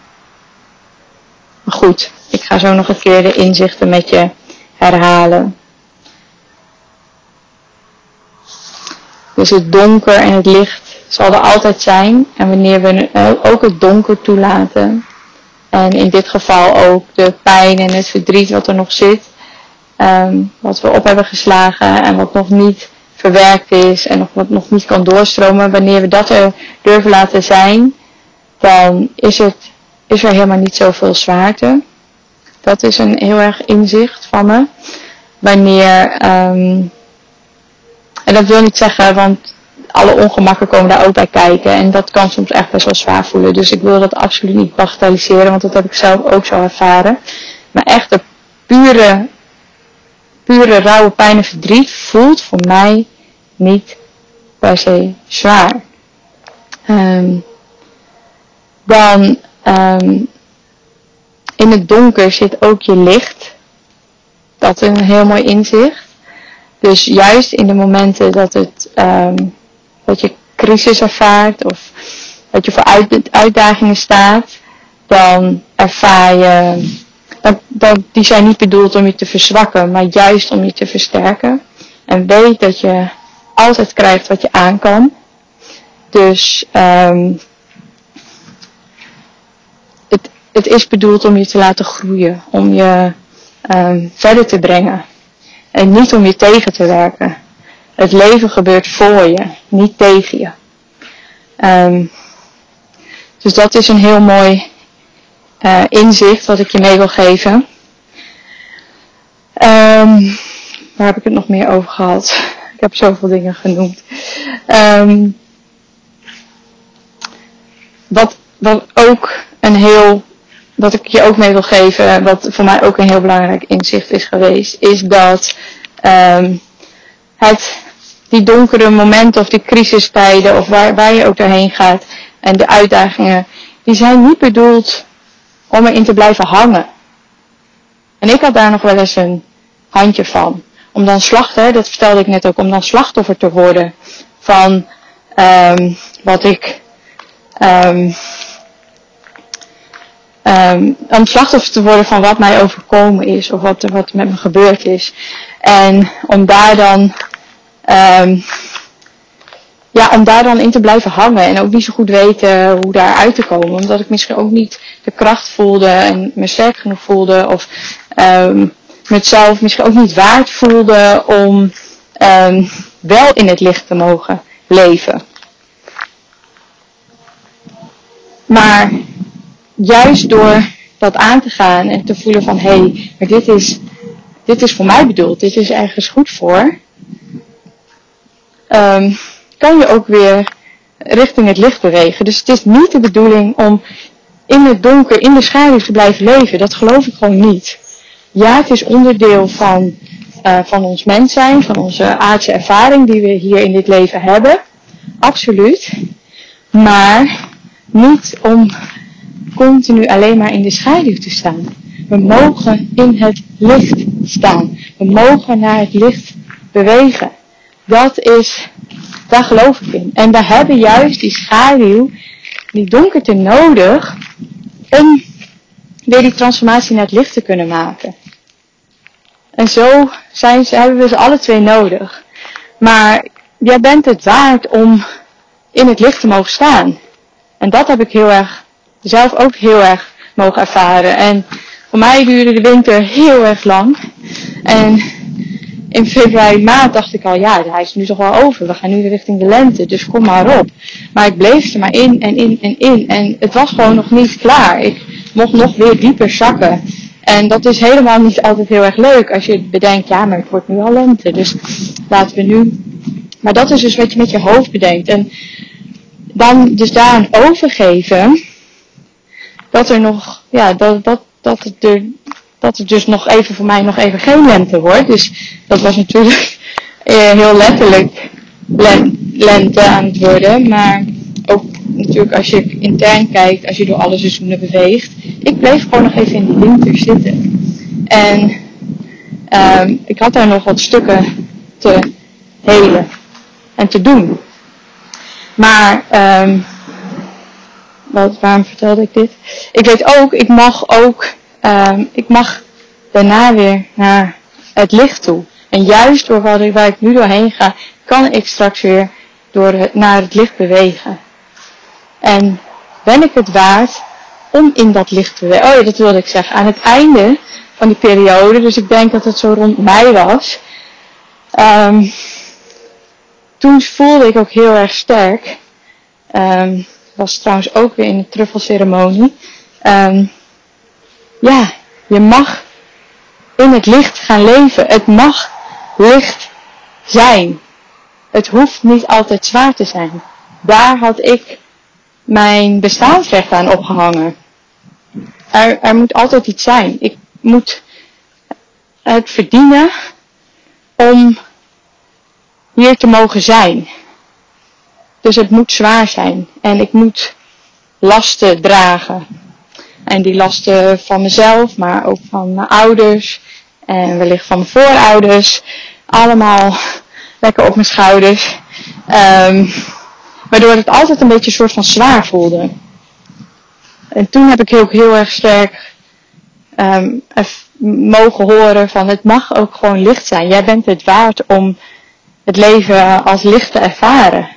maar goed, ik ga zo nog een keer de inzichten met je herhalen. Dus het donker en het licht zal er altijd zijn. En wanneer we ook het donker toelaten. En in dit geval ook de pijn en het verdriet wat er nog zit. Um, wat we op hebben geslagen en wat nog niet verwerkt is. En nog, wat nog niet kan doorstromen. Wanneer we dat er durven laten zijn. Dan is, het, is er helemaal niet zoveel zwaarte. Dat is een heel erg inzicht van me. Wanneer... Um, En dat wil niet zeggen, want alle ongemakken komen daar ook bij kijken. En dat kan soms echt best wel zwaar voelen. Dus ik wil dat absoluut niet bagatelliseren, want dat heb ik zelf ook zo ervaren. Maar echt de pure, pure rauwe pijn en verdriet voelt voor mij niet per se zwaar. Um, dan um, in het donker zit ook je licht. Dat is een heel mooi inzicht. Dus juist in de momenten dat het, um, dat je crisis ervaart of dat je voor uit, uitdagingen staat, dan ervaar je, dan, dan, die zijn niet bedoeld om je te verzwakken, maar juist om je te versterken. En weet dat je altijd krijgt wat je aan kan. Dus um, het, het is bedoeld om je te laten groeien, om je um, verder te brengen. En niet om je tegen te werken. Het leven gebeurt voor je, niet tegen je. Um, dus dat is een heel mooi uh, inzicht wat ik je mee wil geven. Um, waar heb ik het nog meer over gehad? Ik heb zoveel dingen genoemd. Um, wat, wat ook een heel, wat ik je ook mee wil geven, wat voor mij ook een heel belangrijk inzicht is geweest, is dat um, het, die donkere momenten of die crisistijden of waar, waar je ook doorheen gaat en de uitdagingen, die zijn niet bedoeld om erin te blijven hangen. En ik had daar nog wel eens een handje van. Om dan slachtoffer, dat vertelde ik net ook, om dan slachtoffer te worden van um, wat ik... Um, Um, om slachtoffer te worden van wat mij overkomen is of wat er wat met me gebeurd is. En om daar dan um, ja, om daar dan in te blijven hangen en ook niet zo goed weten hoe daar uit te komen. Omdat ik misschien ook niet de kracht voelde en me sterk genoeg voelde. Of um, mezelf misschien ook niet waard voelde om um, wel in het licht te mogen leven. Maar juist door dat aan te gaan en te voelen van hé, hey, maar dit is, dit is voor mij bedoeld. Dit is ergens goed voor. Um, kan je ook weer richting het licht bewegen. Dus het is niet de bedoeling om in het donker, in de schaduw te blijven leven. Dat geloof ik gewoon niet. Ja, het is onderdeel van, uh, van ons mens zijn, van onze aardse ervaring die we hier in dit leven hebben. Absoluut. Maar niet om continu alleen maar in de schaduw te staan. We mogen in het licht staan. We mogen naar het licht bewegen. Dat is, daar geloof ik in. En we hebben juist die schaduw, die donkerte nodig, om weer die transformatie naar het licht te kunnen maken. En zo zijn ze, hebben we ze alle twee nodig. Maar jij bent het waard om in het licht te mogen staan. En dat heb ik heel erg, zelf ook heel erg mogen ervaren. En voor mij duurde de winter heel erg lang. En in februari, maart dacht ik al, ja, hij is nu toch wel over. We gaan nu richting de lente, dus kom maar op. Maar ik bleef er maar in en in en in. En het was gewoon nog niet klaar. Ik mocht nog weer dieper zakken. En dat is helemaal niet altijd heel erg leuk als je bedenkt, ja, maar het wordt nu al lente. Dus laten we nu. Maar dat is dus wat je met je hoofd bedenkt. En dan dus daaraan overgeven, dat er nog, ja, dat, dat, dat het er, dat het dus nog even voor mij nog even geen lente wordt. Dus dat was natuurlijk eh, heel letterlijk len, lente aan het worden. Maar ook natuurlijk als je intern kijkt, als je door alle seizoenen beweegt. Ik bleef gewoon nog even in die winter zitten. En um, ik had daar nog wat stukken te helen en te doen. Maar, um, wat, waarom vertelde ik dit? Ik weet ook, ik mag ook, um, ik mag daarna weer naar het licht toe. En juist door waar ik, waar ik nu doorheen ga, kan ik straks weer door het, naar het licht bewegen. En ben ik het waard om in dat licht te bewegen? Oh ja, dat wilde ik zeggen. Aan het einde van die periode, dus ik denk dat het zo rond mei was. Um, toen voelde ik ook heel erg sterk. Um, was trouwens ook weer in de truffelceremonie. Um, ja, je mag in het licht gaan leven. Het mag licht zijn. Het hoeft niet altijd zwaar te zijn. Daar had ik mijn bestaansrecht aan opgehangen. Er, er moet altijd iets zijn. Ik moet het verdienen om hier te mogen zijn. Dus het moet zwaar zijn. En ik moet lasten dragen. En die lasten van mezelf, maar ook van mijn ouders. En wellicht van mijn voorouders. Allemaal lekker op mijn schouders. Um, waardoor het altijd een beetje een soort van zwaar voelde. En toen heb ik heel, heel erg sterk um, mogen horen van het mag ook gewoon licht zijn. Jij bent het waard om het leven als licht te ervaren.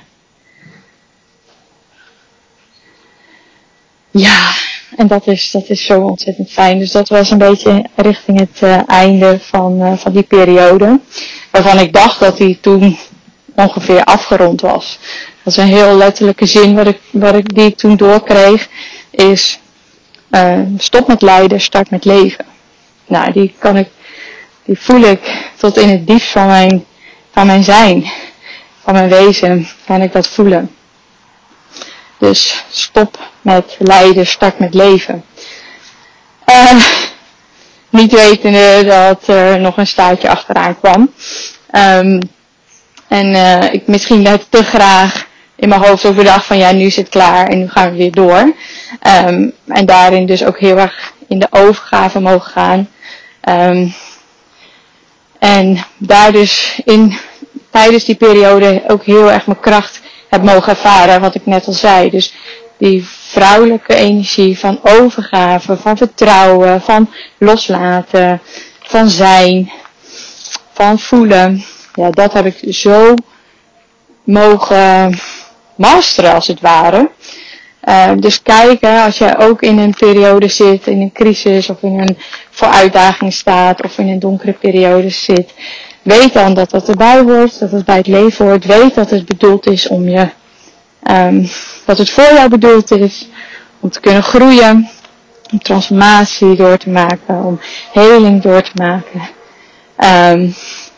Ja, en dat is, dat is zo ontzettend fijn. Dus dat was een beetje richting het uh, einde van, uh, van die periode. Waarvan ik dacht dat die toen ongeveer afgerond was. Dat is een heel letterlijke zin wat ik, wat ik, die ik toen doorkreeg. Is uh, stop met lijden, start met leven. Nou, die kan ik, die voel ik tot in het diepst van mijn, van mijn zijn. Van mijn wezen kan ik dat voelen. Dus stop met lijden, start met leven. Uh, niet wetende dat er nog een staartje achteraan kwam. Um, en uh, ik misschien net te graag in mijn hoofd ook bedacht van ja, nu is het klaar en nu gaan we weer door. Um, en daarin dus ook heel erg in de overgave mogen gaan. Um, en daar dus in, tijdens die periode ook heel erg mijn kracht heb mogen ervaren, wat ik net al zei. Dus die vrouwelijke energie van overgave, van vertrouwen, van loslaten, van zijn, van voelen. Ja, dat heb ik zo mogen masteren als het ware. Uh, dus kijken, als je ook in een periode zit, in een crisis of in een voor uitdaging staat of in een donkere periode zit, weet dan dat dat erbij hoort, dat het bij het leven hoort. Weet dat het bedoeld is om je, um, dat het voor jou bedoeld is om te kunnen groeien, om transformatie door te maken, om heling door te maken. Um,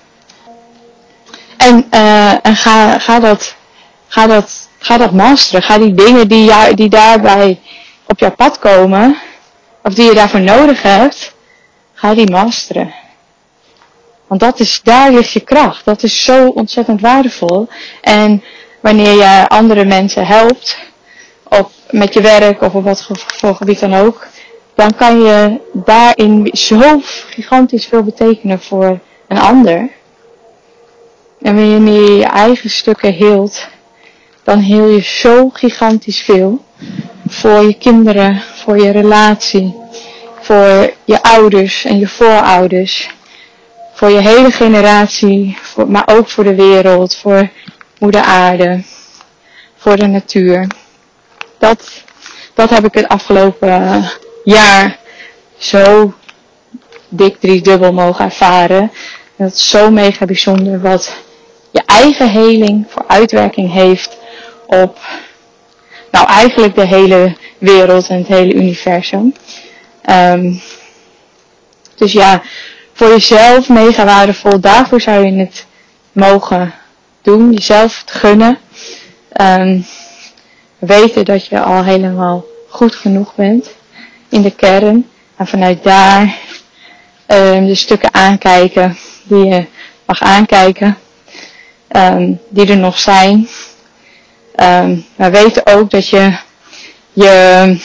en uh, en ga, ga dat, ga dat, ga dat masteren. Ga die dingen die, jou, die daarbij op jouw pad komen, of die je daarvoor nodig hebt, ga die masteren. Want dat is, daar ligt je kracht. Dat is zo ontzettend waardevol. En wanneer je andere mensen helpt, op, met je werk of op wat voor gebied dan ook, dan kan je daarin zo gigantisch veel betekenen voor een ander. En wanneer je je eigen stukken heelt, dan heel je zo gigantisch veel voor je kinderen, voor je relatie, voor je ouders en je voorouders, voor je hele generatie, voor, maar ook voor de wereld, voor moeder aarde, voor de natuur. Dat, dat heb ik het afgelopen jaar zo dik driedubbel mogen ervaren. Dat is zo mega bijzonder wat je eigen heling voor uitwerking heeft op, nou eigenlijk de hele wereld en het hele universum. Um, dus ja, voor jezelf mega waardevol. Daarvoor zou je het mogen doen. Jezelf het gunnen. Um, weten dat je al helemaal goed genoeg bent in de kern. En vanuit daar um, de stukken aankijken die je mag aankijken. Um, die er nog zijn. Um, maar weten ook dat je, je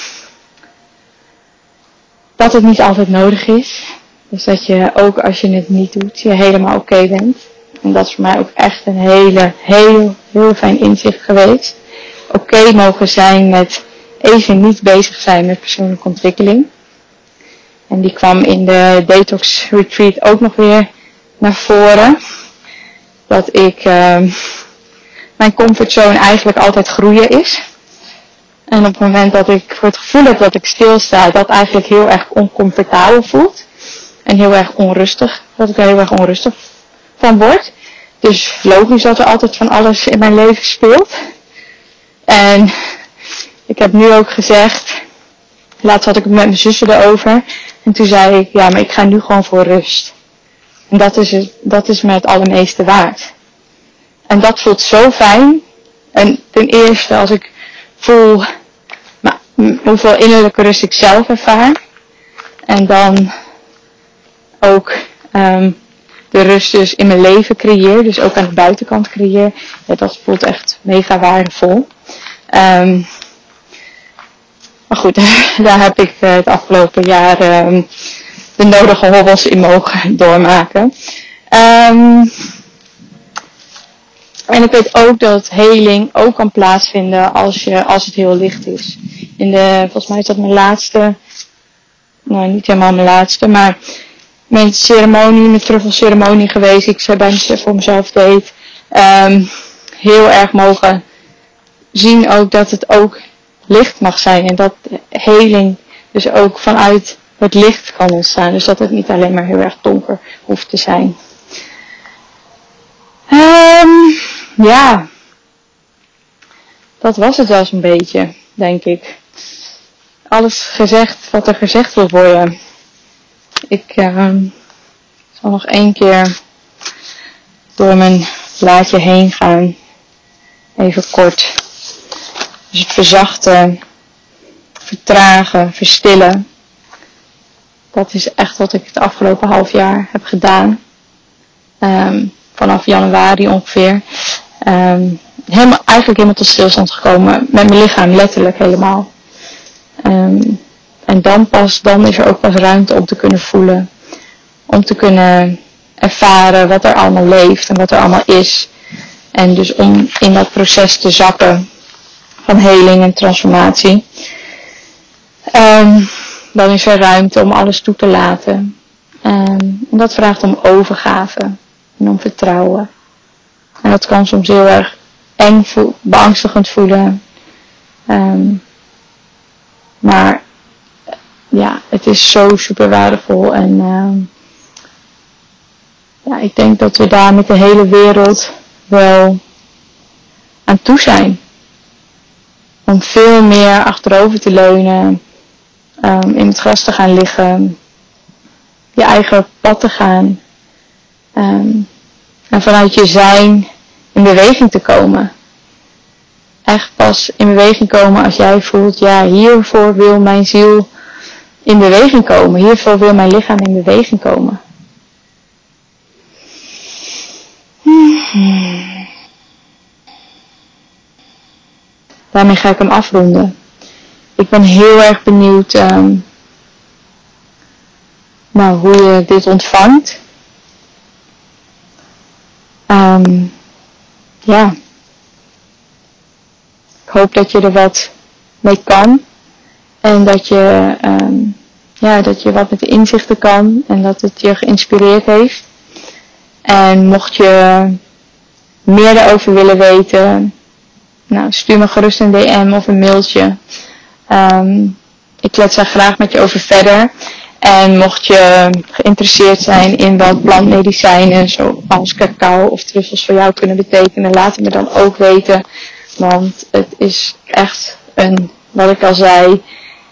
dat het niet altijd nodig is. Dus dat je ook als je het niet doet, je helemaal oké okay bent. En dat is voor mij ook echt een hele, heel, heel fijn inzicht geweest. Oké okay mogen zijn met even niet bezig zijn met persoonlijke ontwikkeling. En die kwam in de Detox Retreat ook nog weer naar voren. Dat ik, uh, mijn comfortzone eigenlijk altijd groeien is. En op het moment dat ik voor het gevoel heb dat ik stilsta, dat eigenlijk heel erg oncomfortabel voelt. En heel erg onrustig, dat ik er heel erg onrustig van word. Dus logisch dat er altijd van alles in mijn leven speelt. En ik heb nu ook gezegd, laatst had ik het met mijn zussen erover. En toen zei ik, ja, maar ik ga nu gewoon voor rust. En dat is, het, dat is me het allermeeste waard. En dat voelt zo fijn. En ten eerste als ik voel nou, hoeveel innerlijke rust ik zelf ervaar. En dan ook um, de rust dus in mijn leven creëer. Dus ook aan de buitenkant creëer. Ja, dat voelt echt mega waardevol. Um, maar goed, daar heb ik uh, het afgelopen jaar um, de nodige hobbels in mogen doormaken. Um, en ik weet ook dat heling ook kan plaatsvinden als, je, als het heel licht is. In de, volgens mij is dat mijn laatste, nou niet helemaal mijn laatste, maar mijn ceremonie, mijn truffelceremonie geweest. Ik zei bij mezelf, voor mezelf deed. Um, heel erg mogen zien ook dat het ook licht mag zijn. En dat heling dus ook vanuit het licht kan ontstaan. Dus dat het niet alleen maar heel erg donker hoeft te zijn. Um, ja. Dat was het wel eens een beetje, denk ik. Alles gezegd wat er gezegd wil worden. Ik uh, zal nog één keer door mijn blaadje heen gaan. Even kort. Dus het verzachten, vertragen, verstillen. Dat is echt wat ik het afgelopen half jaar heb gedaan. Um, vanaf januari ongeveer. Um, helemaal, eigenlijk helemaal tot stilstand gekomen. Met mijn lichaam letterlijk helemaal. Um, en dan pas, dan is er ook pas ruimte om te kunnen voelen. Om te kunnen ervaren wat er allemaal leeft en wat er allemaal is. En dus om in dat proces te zakken van heling en transformatie. Um, dan is er ruimte om alles toe te laten. Um, en dat vraagt om overgave en om vertrouwen. En dat kan soms heel erg eng voelen, beangstigend voelen. Um, maar ja, het is zo super waardevol. En um, ja, ik denk dat we daar met de hele wereld wel aan toe zijn. Om veel meer achterover te leunen. Um, in het gras te gaan liggen. Je eigen pad te gaan. Um, en vanuit je zijn in beweging te komen. Echt pas in beweging komen als jij voelt, ja, hiervoor wil mijn ziel in beweging komen. Hiervoor wil mijn lichaam in beweging komen. Hmm. Daarmee ga ik hem afronden. Ik ben heel erg benieuwd um, nou, hoe je dit ontvangt. Um, ja. Ik hoop dat je er wat mee kan. En dat je, um, ja, dat je wat met de inzichten kan. En dat het je geïnspireerd heeft. En mocht je meer daarover willen weten. Nou, stuur me gerust een D M of een mailtje. Um, ik klets daar graag met je over verder. En mocht je geïnteresseerd zijn in wat plantmedicijnen zoals cacao of truffels voor jou kunnen betekenen, laat het me dan ook weten. Want het is echt een, wat ik al zei,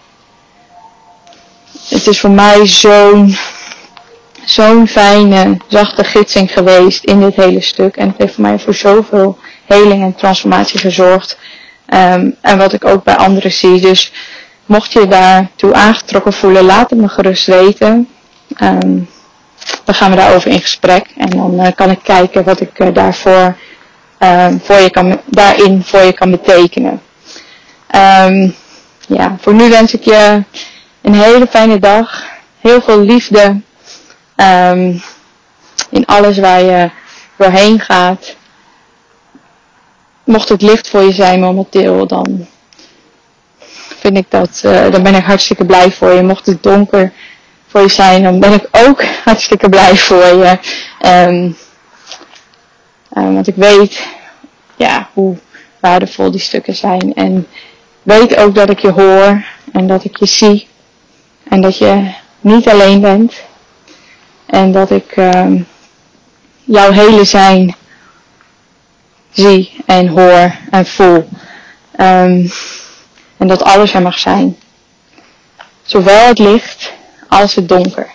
het is voor mij zo'n, zo'n fijne, zachte gidsing geweest in dit hele stuk. En het heeft voor mij voor zoveel heling en transformatie gezorgd. Um, en wat ik ook bij anderen zie. Dus mocht je daartoe aangetrokken voelen, laat het me gerust weten. Um, dan gaan we daarover in gesprek. En dan uh, kan ik kijken wat ik uh, daarvoor, uh, voor je kan, daarin voor je kan betekenen. Um, ja, voor nu wens ik je een hele fijne dag. Heel veel liefde. Um, in alles waar je doorheen gaat. Mocht het licht voor je zijn momenteel, dan vind ik dat, uh, dan ben ik hartstikke blij voor je. Mocht het donker voor je zijn, dan ben ik ook hartstikke blij voor je. Um, uh, want ik weet, ja, hoe waardevol die stukken zijn. En weet ook dat ik je hoor en dat ik je zie. En dat je niet alleen bent. En dat ik um, jouw hele zijn zie en hoor en voel. Um, en dat alles er mag zijn. Zowel het licht als het donker.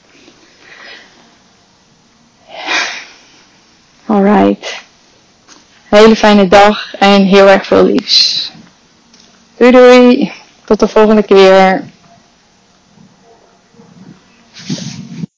Alright. Hele fijne dag en heel erg veel liefs. Doei doei. Tot de volgende keer.